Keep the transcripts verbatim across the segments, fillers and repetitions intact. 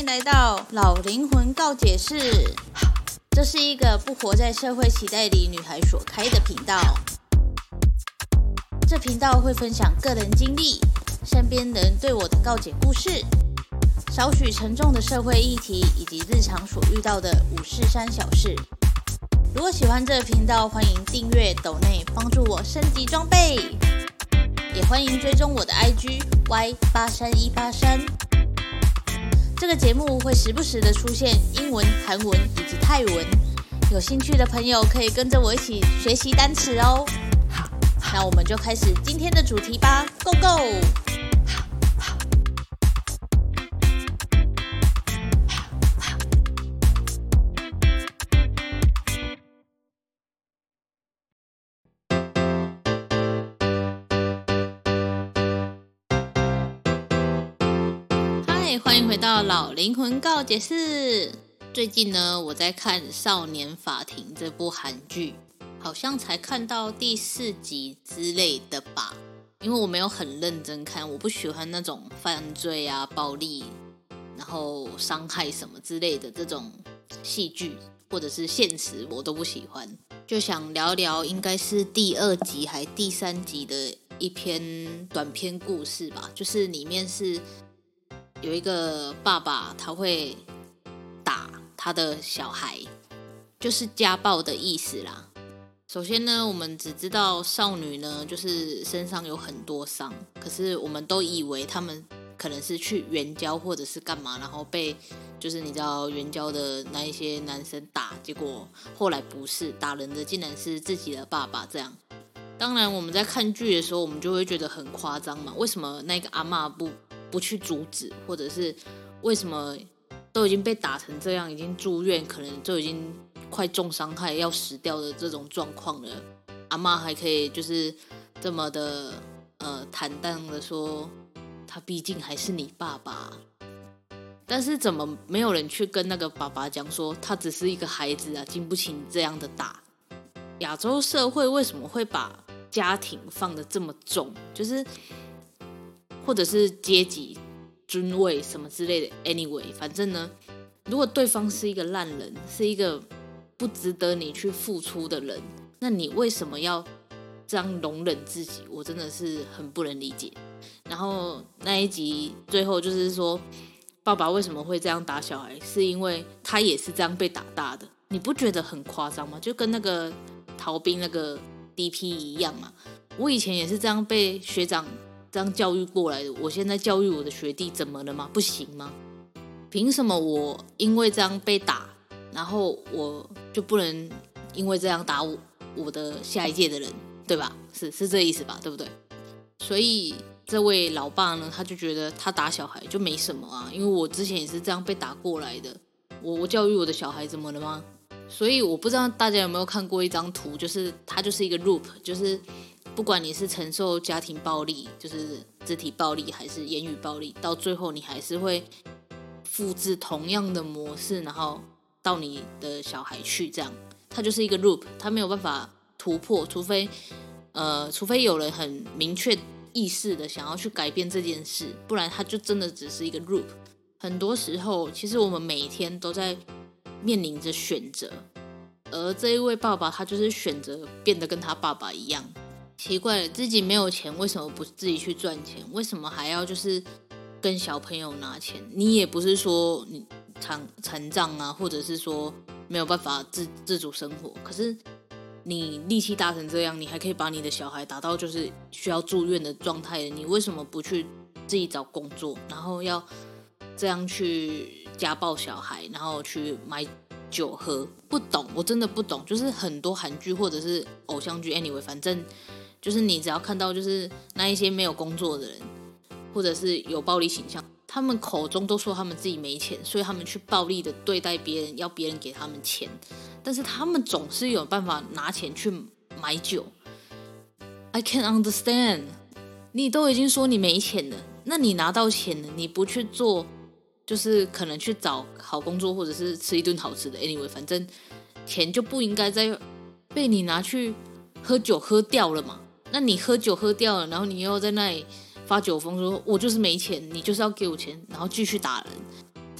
迎来到老灵魂告解室。这是一个不活在社会期待里女孩所开的频道。这频道会分享个人经历、身边人对我的告解故事，少许沉重的社会议题，以及日常所遇到的五四三小事。如果喜欢这个频道，欢迎订阅、抖内帮助我升级装备，也欢迎追踪我的 I G Y 八三一八三。这个节目会时不时的出现英文、韩文以及泰文，有兴趣的朋友可以跟着我一起学习单词哦。那我们就开始今天的主题吧 ，Go Go！欢迎回到老灵魂告解室。最近呢，我在看《少年法庭》这部韩剧，好像才看到第四集之类的吧。因为我没有很认真看，我不喜欢那种犯罪啊、暴力，然后伤害什么之类的这种戏剧或者是现实，我都不喜欢。就想聊聊，应该是第二集还第三集的一篇短篇故事吧，就是里面是。有一个爸爸，他会打他的小孩，就是家暴的意思啦。首先呢，我们只知道少女呢，就是身上有很多伤，可是我们都以为他们可能是去援交或者是干嘛，然后被就是你知道援交的那一些男生打，结果后来不是，打人的竟然是自己的爸爸这样。当然，我们在看剧的时候，我们就会觉得很夸张嘛，为什么那个阿嬷不？不去阻止，或者是为什么都已经被打成这样，已经住院，可能就已经快重伤害要死掉的这种状况了，阿嬷还可以就是这么的呃坦荡的说，他毕竟还是你爸爸。但是怎么没有人去跟那个爸爸讲说，他只是一个孩子啊，经不起你这样的打？亚洲社会为什么会把家庭放得这么重？就是或者是阶级、尊位什么之类的 ，anyway， 反正呢，如果对方是一个烂人，是一个不值得你去付出的人，那你为什么要这样容忍自己？我真的是很不能理解。然后那一集最后就是说，爸爸为什么会这样打小孩，是因为他也是这样被打大的，你不觉得很夸张吗？就跟那个逃兵那个 D P 一样嘛，我以前也是这样被学长。这样教育过来的，我现在教育我的学弟怎么了吗？不行吗？凭什么我因为这样被打，然后我就不能因为这样打我我的下一届的人，对吧？是是这意思吧？对不对？所以这位老爸呢，他就觉得他打小孩就没什么啊，因为我之前也是这样被打过来的，我我教育我的小孩怎么了吗？所以我不知道大家有没有看过一张图，就是它就是一个 loop， 就是。不管你是承受家庭暴力，就是肢体暴力还是言语暴力，到最后你还是会复制同样的模式，然后到你的小孩去，这样它就是一个 loop， 它没有办法突破，除非呃，除非有人很明确意识的想要去改变这件事，不然它就真的只是一个 loop。很多时候，其实我们每一天都在面临着选择，而这一位爸爸他就是选择变得跟他爸爸一样。奇怪了，自己没有钱，为什么不自己去赚钱？为什么还要就是跟小朋友拿钱？你也不是说你残残障啊，或者是说没有办法 自, 自主生活，可是你力气大成这样，你还可以把你的小孩打到就是需要住院的状态，你为什么不去自己找工作，然后要这样去家暴小孩，然后去买酒喝？不懂，我真的不懂。就是很多韩剧或者是偶像剧 anyway， 反正就是你只要看到就是那一些没有工作的人，或者是有暴力倾向，他们口中都说他们自己没钱，所以他们去暴力的对待别人，要别人给他们钱，但是他们总是有办法拿钱去买酒。I can't understand。 你都已经说你没钱了，那你拿到钱了，你不去做，就是可能去找好工作，或者是吃一顿好吃的 anyway， 反正钱就不应该再被你拿去喝酒喝掉了嘛。那你喝酒喝掉了，然后你又在那里发酒疯说我就是没钱，你就是要给我钱，然后继续打人，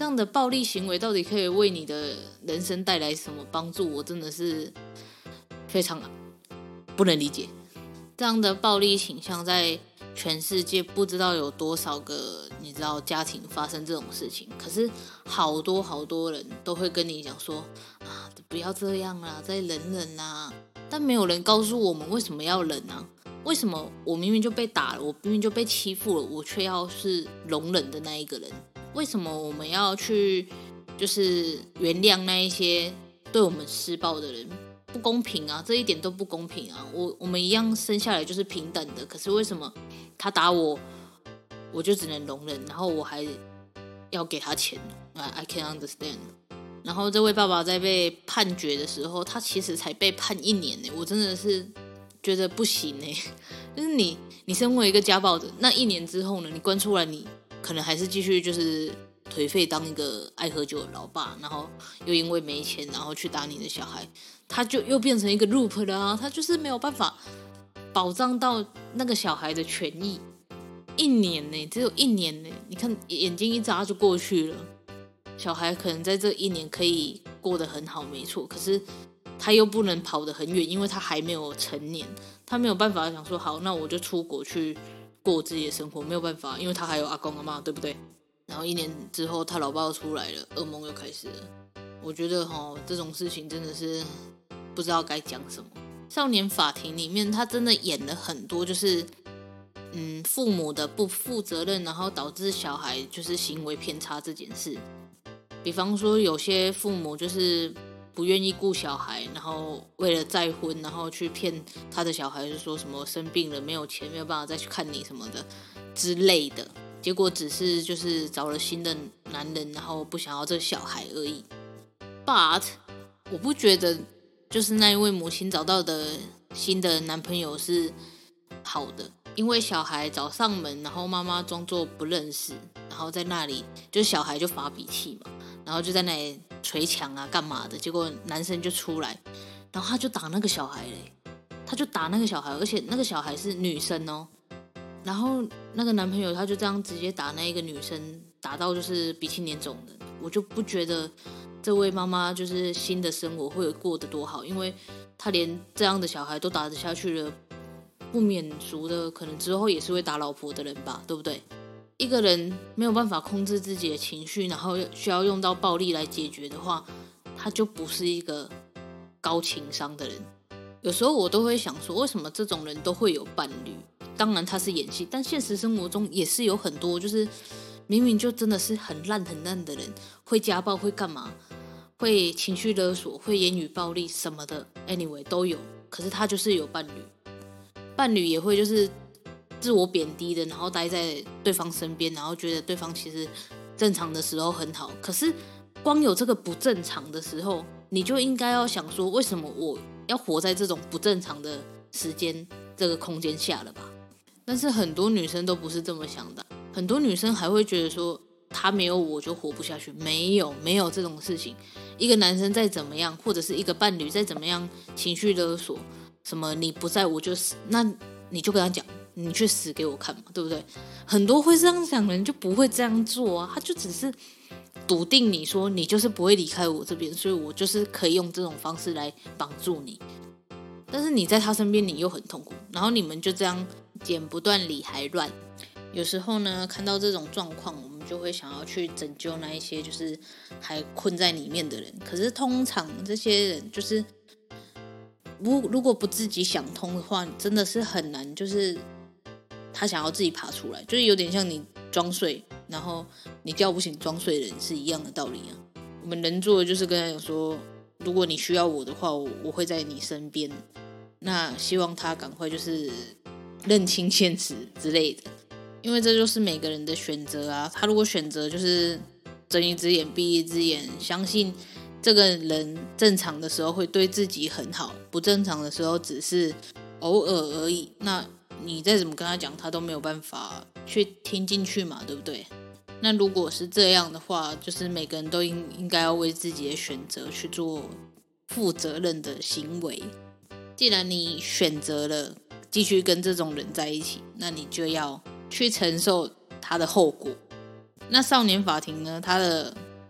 这样的暴力行为到底可以为你的人生带来什么帮助？我真的是非常不能理解。这样的暴力倾向在全世界不知道有多少个你知道家庭发生这种事情，可是好多好多人都会跟你讲说啊，不要这样啦，再忍忍啦。但没有人告诉我们为什么要忍啊？为什么我明明就被打了，我明明就被欺负了，我却要是容忍的那一个人？为什么我们要去就是原谅那一些对我们施暴的人？不公平啊，这一点都不公平啊！我我们一样生下来就是平等的，可是为什么他打我，我就只能容忍，然后我还要给他钱 ？I can't understand。然后这位爸爸在被判决的时候，他其实才被判一年呢，我真的是觉得不行呢。就是你你身为一个家暴者，那一年之后呢，你关出来，你可能还是继续就是颓废当一个爱喝酒的老爸，然后又因为没钱，然后去打你的小孩。他就又变成一个 loop 了啊！他就是没有办法保障到那个小孩的权益。一年呢，只有一年呢，你看眼睛一眨就过去了。小孩可能在这一年可以过得很好，没错，可是他又不能跑得很远，因为他还没有成年，他没有办法想说好，那我就出国去过我自己的生活，没有办法，因为他还有阿公阿嬷，对不对？然后一年之后，他老爸又出来了，噩梦又开始了。我觉得齁，这种事情真的是不知道该讲什么。少年法庭里面，他真的演了很多，就是嗯，父母的不负责任，然后导致小孩就是行为偏差这件事。比方说，有些父母就是不愿意顾小孩，然后为了再婚，然后去骗他的小孩，就说什么生病了没有钱，没有办法再去看你什么的之类的。结果只是就是找了新的男人，然后不想要这小孩而已。But 我不觉得就是那一位母亲找到的新的男朋友是好的，因为小孩找上门，然后妈妈装作不认识，然后在那里就小孩就发脾气嘛，然后就在那里捶墙啊干嘛的，结果男生就出来，然后他就打那个小孩嘞，他就打那个小孩，而且那个小孩是女生哦，然后那个男朋友他就这样直接打那一个女生，打到就是鼻青脸肿的，我就不觉得这位妈妈就是新的生活会有过得多好，因为她连这样的小孩都打得下去了，不免俗的可能之后也是会打老婆的人吧，对不对？一个人没有办法控制自己的情绪，然后需要用到暴力来解决的话，他就不是一个高情商的人。有时候我都会想说，为什么这种人都会有伴侣？当然他是演戏，但现实生活中也是有很多就是明明就真的是很烂很烂的人，会家暴，会干嘛，会情绪勒索，会言语暴力什么的 anyway 都有，可是他就是有伴侣，伴侣也会就是自我贬低的，然后待在对方身边，然后觉得对方其实正常的时候很好，可是光有这个不正常的时候，你就应该要想说，为什么我要活在这种不正常的时间这个空间下了吧？但是很多女生都不是这么想的，很多女生还会觉得说他没有我就活不下去，没有没有这种事情。一个男生再怎么样，或者是一个伴侣再怎么样情绪勒索，什么你不在我就死，那你就跟他讲，你去死给我看嘛，对不对？很多会这样想的人就不会这样做啊，他就只是笃定你说你就是不会离开我这边，所以我就是可以用这种方式来帮助你。但是你在他身边你又很痛苦，然后你们就这样剪不断理还乱。有时候呢，看到这种状况，我们就会想要去拯救那一些就是还困在里面的人。可是通常这些人就是如如果不自己想通的话，真的是很难，就是他想要自己爬出来，就是有点像你装睡，然后你叫不醒装睡的人是一样的道理啊。我们能做的就是跟他讲说，如果你需要我的话，我我会在你身边。那希望他赶快就是认清现实之类的，因为这就是每个人的选择啊。他如果选择就是睁一只眼闭一只眼，相信这个人正常的时候会对自己很好，不正常的时候只是偶尔而已，那你再怎么跟他讲，他都没有办法去听进去嘛，对不对？那如果是这样的话，就是每个人都 应, 应该要为自己的选择去做负责任的行为。既然你选择了继续跟这种人在一起，那你就要去承受他的后果。那少年法庭呢，他的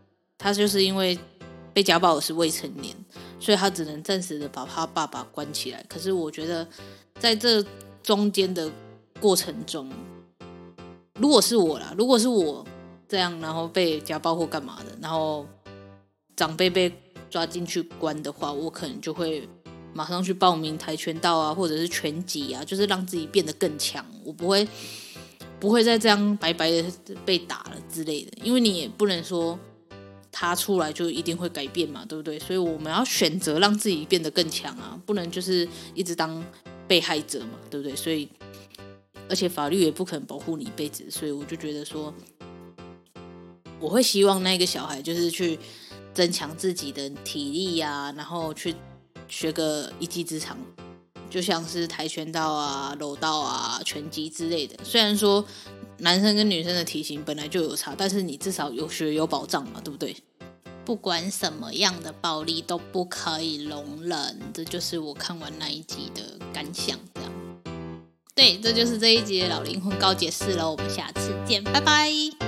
他就是因为被家暴的是未成年，所以他只能暂时的把他爸爸关起来。可是我觉得在这中间的过程中，如果是我啦，如果是我这样，然后被家暴或干嘛的，然后长辈被抓进去关的话，我可能就会马上去报名跆拳道啊，或者是拳击啊，就是让自己变得更强。我不会不会再这样白白的被打了之类的，因为你也不能说他出来就一定会改变嘛，对不对？所以我们要选择让自己变得更强啊，不能就是一直当被害者嘛，对不对？所以而且法律也不可能保护你一辈子，所以我就觉得说，我会希望那个小孩就是去增强自己的体力啊，然后去学个一技之长，就像是跆拳道啊、柔道啊、拳击之类的。虽然说男生跟女生的体型本来就有差，但是你至少有学有保障嘛，对不对？不管什么样的暴力都不可以容忍，这就是我看完那一集的感想。这样，对，这就是这一集的老灵魂告解室了。我们下次见，拜拜。